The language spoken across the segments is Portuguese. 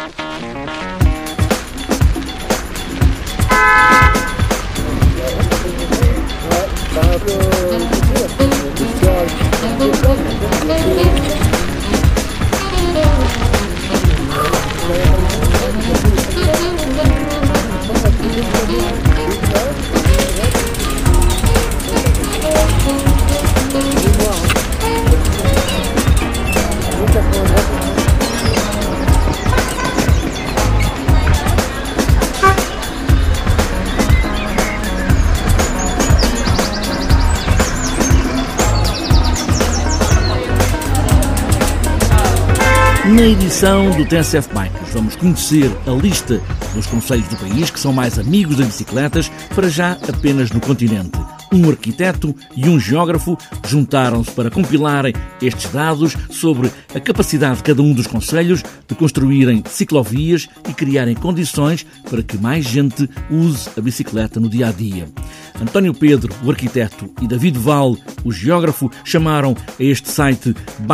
Na edição do TSF Bikes vamos conhecer a lista dos concelhos do país que são mais amigos das bicicletas, para já apenas no continente. Um arquiteto e um geógrafo juntaram-se para compilarem estes dados sobre a capacidade de cada um dos concelhos de construírem ciclovias e criarem condições para que mais gente use a bicicleta no dia-a-dia. António Pedro, o arquiteto, e David Val, o geógrafo, chamaram a este site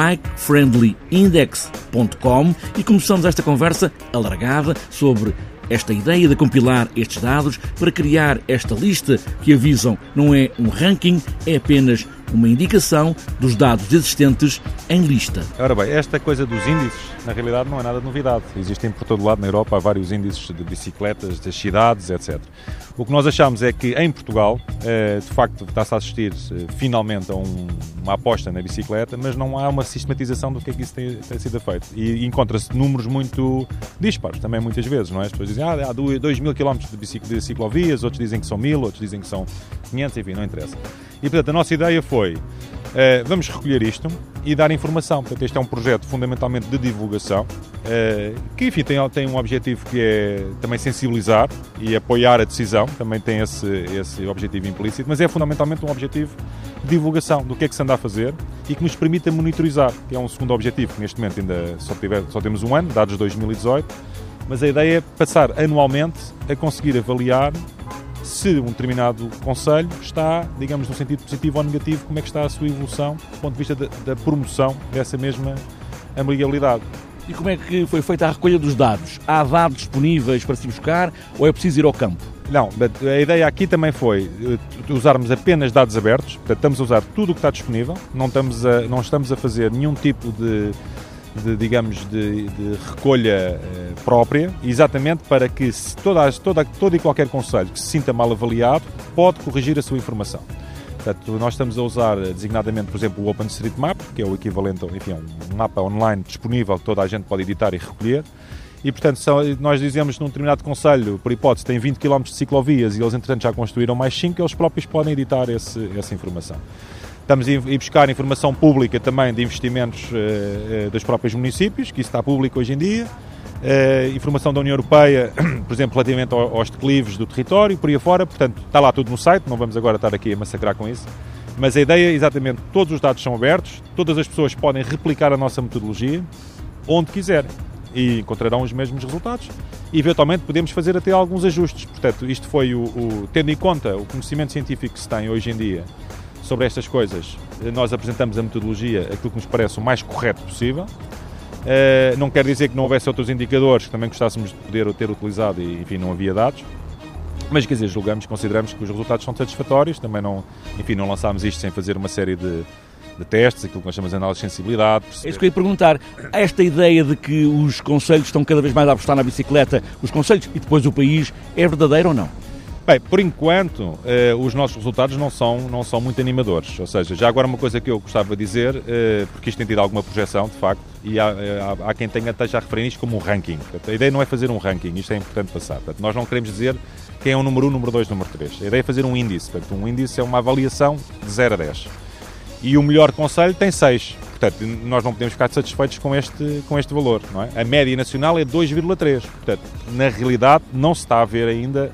bikefriendlyindex.com e começamos esta conversa alargada sobre esta ideia de compilar estes dados para criar esta lista que, avisam, não é um ranking, é apenas uma indicação dos dados existentes em lista. Ora bem, esta coisa dos índices, na realidade, não é nada de novidade. Existem por todo lado na Europa, há vários índices de bicicletas, das cidades, etc. O que nós achamos é que em Portugal, de facto, está-se a assistir finalmente a uma aposta na bicicleta, mas não há uma sistematização do que é que isso tem sido feito. E encontra-se números muito dispares, também muitas vezes, não é? As pessoas dizem, há 2.000 km de ciclovias, outros dizem que são 1.000, outros dizem que são 500, enfim, não interessa. E, portanto, a nossa ideia foi, vamos recolher isto e dar informação. Portanto, este é um projeto fundamentalmente de divulgação, que, enfim, tem um objetivo que é também sensibilizar e apoiar a decisão, também tem esse objetivo implícito, mas é fundamentalmente um objetivo de divulgação do que é que se anda a fazer e que nos permita monitorizar, que é um segundo objetivo, que neste momento ainda só temos um ano, dados de 2018, mas a ideia é passar anualmente a conseguir avaliar se um determinado concelho está, digamos, no sentido positivo ou negativo, como é que está a sua evolução do ponto de vista da promoção dessa mesma amigabilidade. E como é que foi feita a recolha dos dados? Há dados disponíveis para se buscar ou é preciso ir ao campo? Não, a ideia aqui também foi usarmos apenas dados abertos, portanto estamos a usar tudo o que está disponível, não estamos a fazer nenhum tipo de recolha própria, exatamente para que todo e qualquer concelho que se sinta mal avaliado pode corrigir a sua informação. Portanto, nós estamos a usar designadamente, por exemplo, o OpenStreetMap, que é o equivalente, enfim, a um mapa online disponível que toda a gente pode editar e recolher. E, portanto, nós dizemos num determinado concelho, por hipótese, tem 20 km de ciclovias e eles, entretanto, já construíram mais 5, eles próprios podem editar essa informação. Estamos a ir buscar informação pública também de investimentos dos próprios municípios, que isso está público hoje em dia. Informação da União Europeia, por exemplo, relativamente aos declives do território, por aí afora. Portanto, está lá tudo no site, não vamos agora estar aqui a massacrar com isso. Mas a ideia é exatamente, todos os dados são abertos, todas as pessoas podem replicar a nossa metodologia onde quiserem e encontrarão os mesmos resultados. E, eventualmente, podemos fazer até alguns ajustes. Portanto, isto foi tendo em conta o conhecimento científico que se tem hoje em dia sobre estas coisas, nós apresentamos a metodologia, aquilo que nos parece o mais correto possível. Não quer dizer que não houvesse outros indicadores que também gostássemos de poder ter utilizado e, enfim, não havia dados. Mas, quer dizer, consideramos que os resultados são satisfatórios. Também não lançámos isto sem fazer uma série de testes, aquilo que nós chamamos de análise de sensibilidade. É isso que eu ia perguntar. Há esta ideia de que os concelhos estão cada vez mais a apostar na bicicleta, os concelhos e depois o país, é verdadeiro ou não? Bem, por enquanto, os nossos resultados não são muito animadores. Ou seja, já agora uma coisa que eu gostava de dizer, porque isto tem tido alguma projeção, de facto, e há quem esteja a referir isto como um ranking. Portanto, a ideia não é fazer um ranking, isto é importante passar. Portanto, nós não queremos dizer quem é o número 1, número 2, número 3. A ideia é fazer um índice. Portanto, um índice é uma avaliação de 0 a 10. E o melhor concelho tem 6. Portanto, nós não podemos ficar satisfeitos com este valor, não é? A média nacional é 2,3. Portanto, na realidade, não se está a ver ainda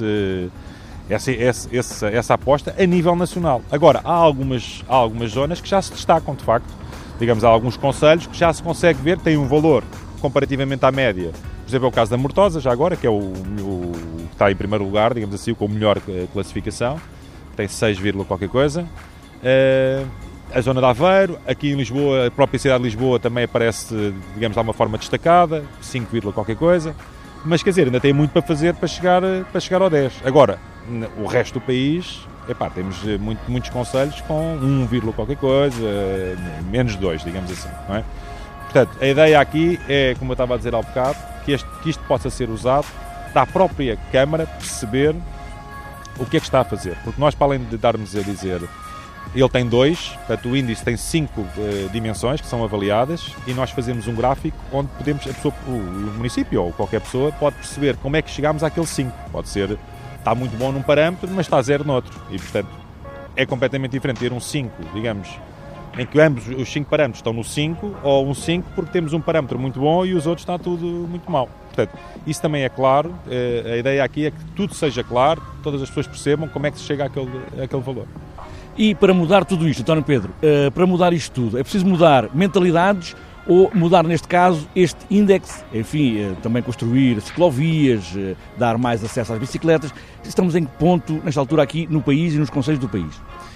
essa aposta a nível nacional. Agora, há algumas zonas que já se destacam, de facto. Digamos, há alguns concelhos que já se consegue ver que têm um valor comparativamente à média. Por exemplo, é o caso da Mortosa, já agora, que é o que está em primeiro lugar, digamos assim, com a melhor classificação. Tem 6, qualquer coisa. a zona de Aveiro, aqui em Lisboa, a própria cidade de Lisboa também aparece, digamos, de uma forma destacada, 5, qualquer coisa. Mas, quer dizer, ainda tem muito para fazer para chegar ao 10. Agora, o resto do país, temos muitos concelhos com 1, qualquer coisa, menos 2, digamos assim, não é? Portanto, a ideia aqui é, como eu estava a dizer há bocado, que isto possa ser usado para a própria Câmara perceber o que é que está a fazer. Porque nós, para além de darmos a dizer, ele tem 2, portanto o índice tem 5 dimensões que são avaliadas e nós fazemos um gráfico onde podemos, o município ou qualquer pessoa pode perceber como é que chegámos àquele 5. Pode ser, está muito bom num parâmetro, mas está 0 noutro. E, portanto, é completamente diferente ter um 5, digamos, em que ambos os 5 parâmetros estão no 5, ou um 5 porque temos um parâmetro muito bom e os outros está tudo muito mau. Portanto, isso também é claro. A ideia aqui é que tudo seja claro, todas as pessoas percebam como é que se chega àquele valor. E para mudar tudo isto, António Pedro, para mudar isto tudo, é preciso mudar mentalidades ou mudar, neste caso, este índice, enfim, também construir ciclovias, dar mais acesso às bicicletas. Estamos em que ponto, nesta altura, aqui no país e nos concelhos do país?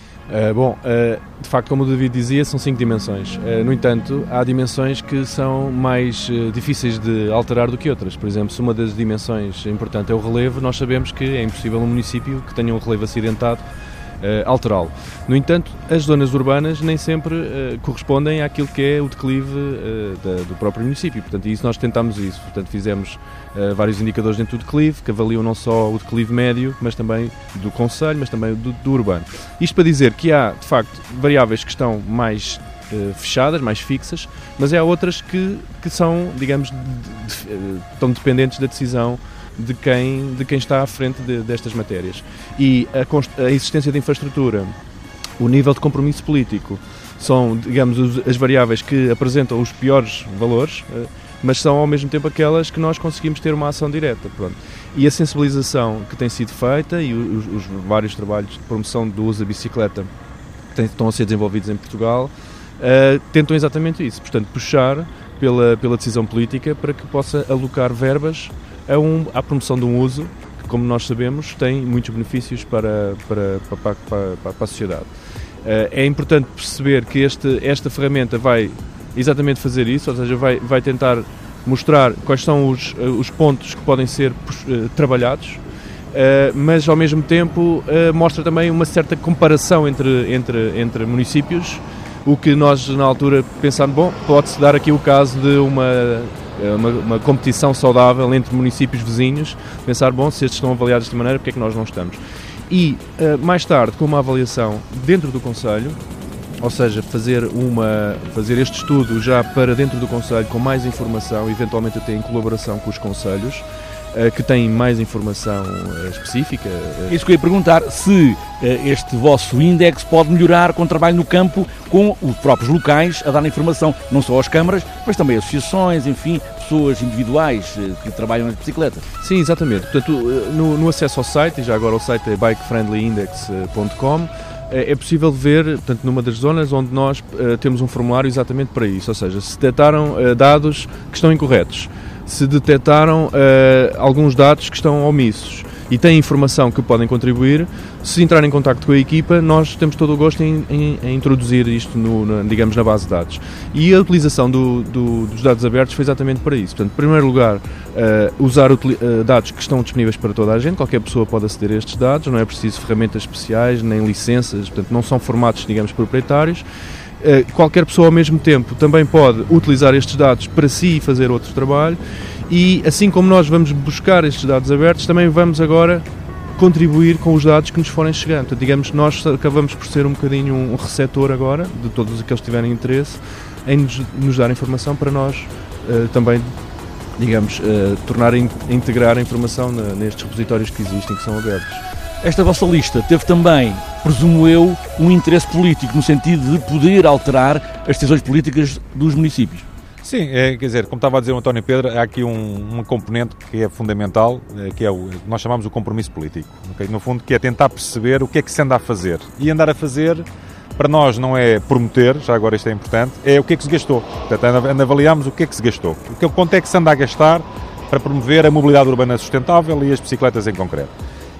De facto, como o David dizia, são 5 dimensões. No entanto, há dimensões que são mais difíceis de alterar do que outras. Por exemplo, se uma das dimensões importantes é o relevo, nós sabemos que é impossível um município que tenha um relevo acidentado alterá-lo. No entanto, as zonas urbanas nem sempre correspondem àquilo que é o declive do próprio município. Portanto, isso nós tentámos isso. Portanto, fizemos vários indicadores dentro do declive, que avaliam não só o declive médio, mas também do concelho, mas também do urbano. Isto para dizer que há, de facto, variáveis que estão mais fechadas, mais fixas, mas há outras que são, digamos, estão dependentes da decisão de quem está à frente destas matérias. E a existência de infraestrutura, o nível de compromisso político, são, digamos, as variáveis que apresentam os piores valores, mas são ao mesmo tempo aquelas que nós conseguimos ter uma ação direta. Pronto. E a sensibilização que tem sido feita e os vários trabalhos de promoção do uso da bicicleta que estão a ser desenvolvidos em Portugal tentam exatamente isso, portanto, puxar pela decisão política para que possa alocar verbas à promoção de um uso que, como nós sabemos, tem muitos benefícios para a sociedade. É importante perceber que esta ferramenta vai exatamente fazer isso, ou seja, vai tentar mostrar quais são os pontos que podem ser trabalhados, mas ao mesmo tempo mostra também uma certa comparação entre municípios, o que nós na altura pensámos, pode-se dar aqui o caso de uma competição saudável entre municípios vizinhos, pensar, se estes estão avaliados desta maneira, porque é que nós não estamos? E mais tarde, com uma avaliação dentro do concelho, ou seja, fazer este estudo já para dentro do concelho com mais informação, eventualmente até em colaboração com os concelhos, que têm mais informação específica. Isso que eu ia perguntar, se este vosso índice pode melhorar com o trabalho no campo, com os próprios locais a dar informação, não só às câmaras, mas também associações, enfim, pessoas individuais que trabalham nas bicicletas. Sim, exatamente. Portanto, no acesso ao site, e já agora o site é bikefriendlyindex.com, é possível ver, portanto, numa das zonas onde nós temos um formulário exatamente para isso, ou seja, se detectaram dados que estão incorretos, se detectaram alguns dados que estão omissos e têm informação que podem contribuir, se entrarem em contacto com a equipa, nós temos todo o gosto em introduzir isto, digamos, na base de dados. E a utilização dos dados abertos foi exatamente para isso. Portanto, em primeiro lugar, usar dados que estão disponíveis para toda a gente, qualquer pessoa pode aceder a estes dados, não é preciso ferramentas especiais, nem licenças, portanto, não são formatos, digamos, proprietários. Qualquer pessoa ao mesmo tempo também pode utilizar estes dados para si e fazer outro trabalho, e assim como nós vamos buscar estes dados abertos, também vamos agora contribuir com os dados que nos forem chegando. Portanto, digamos que nós acabamos por ser um bocadinho um receptor agora de todos aqueles que tiverem interesse em nos dar informação para nós também, digamos, integrar a informação nestes repositórios que existem, que são abertos. Esta vossa lista teve também, presumo eu, um interesse político, no sentido de poder alterar as decisões políticas dos municípios. Sim, quer dizer, como estava a dizer o António Pedro, há aqui uma componente que é fundamental, que é o que nós chamamos o compromisso político. Okay? No fundo, que é tentar perceber o que é que se anda a fazer. E andar a fazer, para nós, não é prometer, já agora isto é importante, é o que é que se gastou. Portanto, avaliamos o que é que se gastou. Quanto é que se anda a gastar para promover a mobilidade urbana sustentável e as bicicletas em concreto.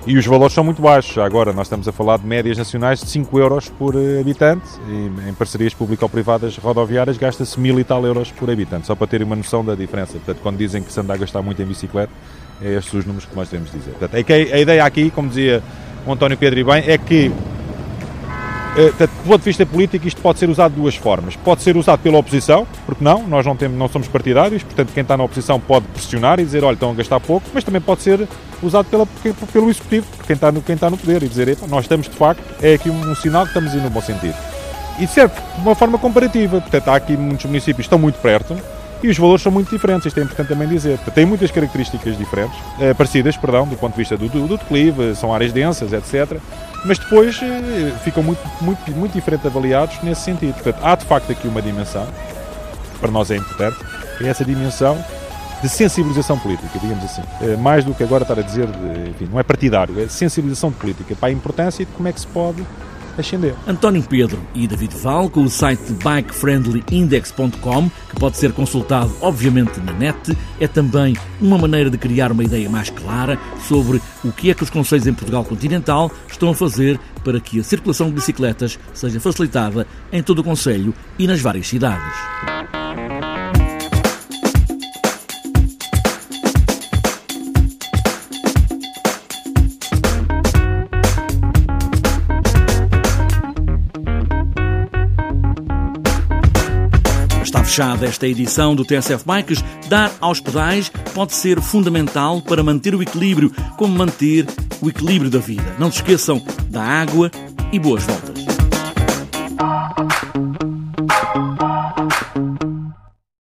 E os valores são muito baixos. Agora nós estamos a falar de médias nacionais de 5 euros por habitante, e em parcerias público-privadas rodoviárias gasta-se 1000 e tal euros por habitante, só para terem uma noção da diferença. Portanto, quando dizem que se anda a gastar muito em bicicleta, é estes os números que nós devemos dizer. Portanto, a ideia aqui, como dizia o António Pedro e bem, é que, do ponto de vista político, isto pode ser usado de duas formas. Pode ser usado pela oposição, porque nós não somos partidários, portanto quem está na oposição pode pressionar e dizer, olha, estão a gastar pouco, mas também pode ser usado pelo Executivo, por quem está no poder, e dizer, nós estamos de facto, é aqui um sinal que estamos indo no bom sentido. E serve de uma forma comparativa, portanto há aqui muitos municípios que estão muito perto, e os valores são muito diferentes, isto é importante também dizer. Tem muitas características diferentes, parecidas, do ponto de vista do declive, são áreas densas, etc. Mas depois ficam muito diferente avaliados nesse sentido. Portanto, há de facto aqui uma dimensão, que para nós é importante, é essa dimensão de sensibilização política, digamos assim. Mais do que agora estar a dizer, enfim, não é partidário, é sensibilização de política para a importância e de como é que se pode ascender. António Pedro e David Val, com o site bikefriendlyindex.com, que pode ser consultado, obviamente, na net, é também uma maneira de criar uma ideia mais clara sobre o que é que os concelhos em Portugal continental estão a fazer para que a circulação de bicicletas seja facilitada em todo o concelho e nas várias cidades. Está fechada esta edição do TSF Bikes. Dar aos pedais pode ser fundamental para manter o equilíbrio, como manter o equilíbrio da vida. Não se esqueçam da água e boas voltas.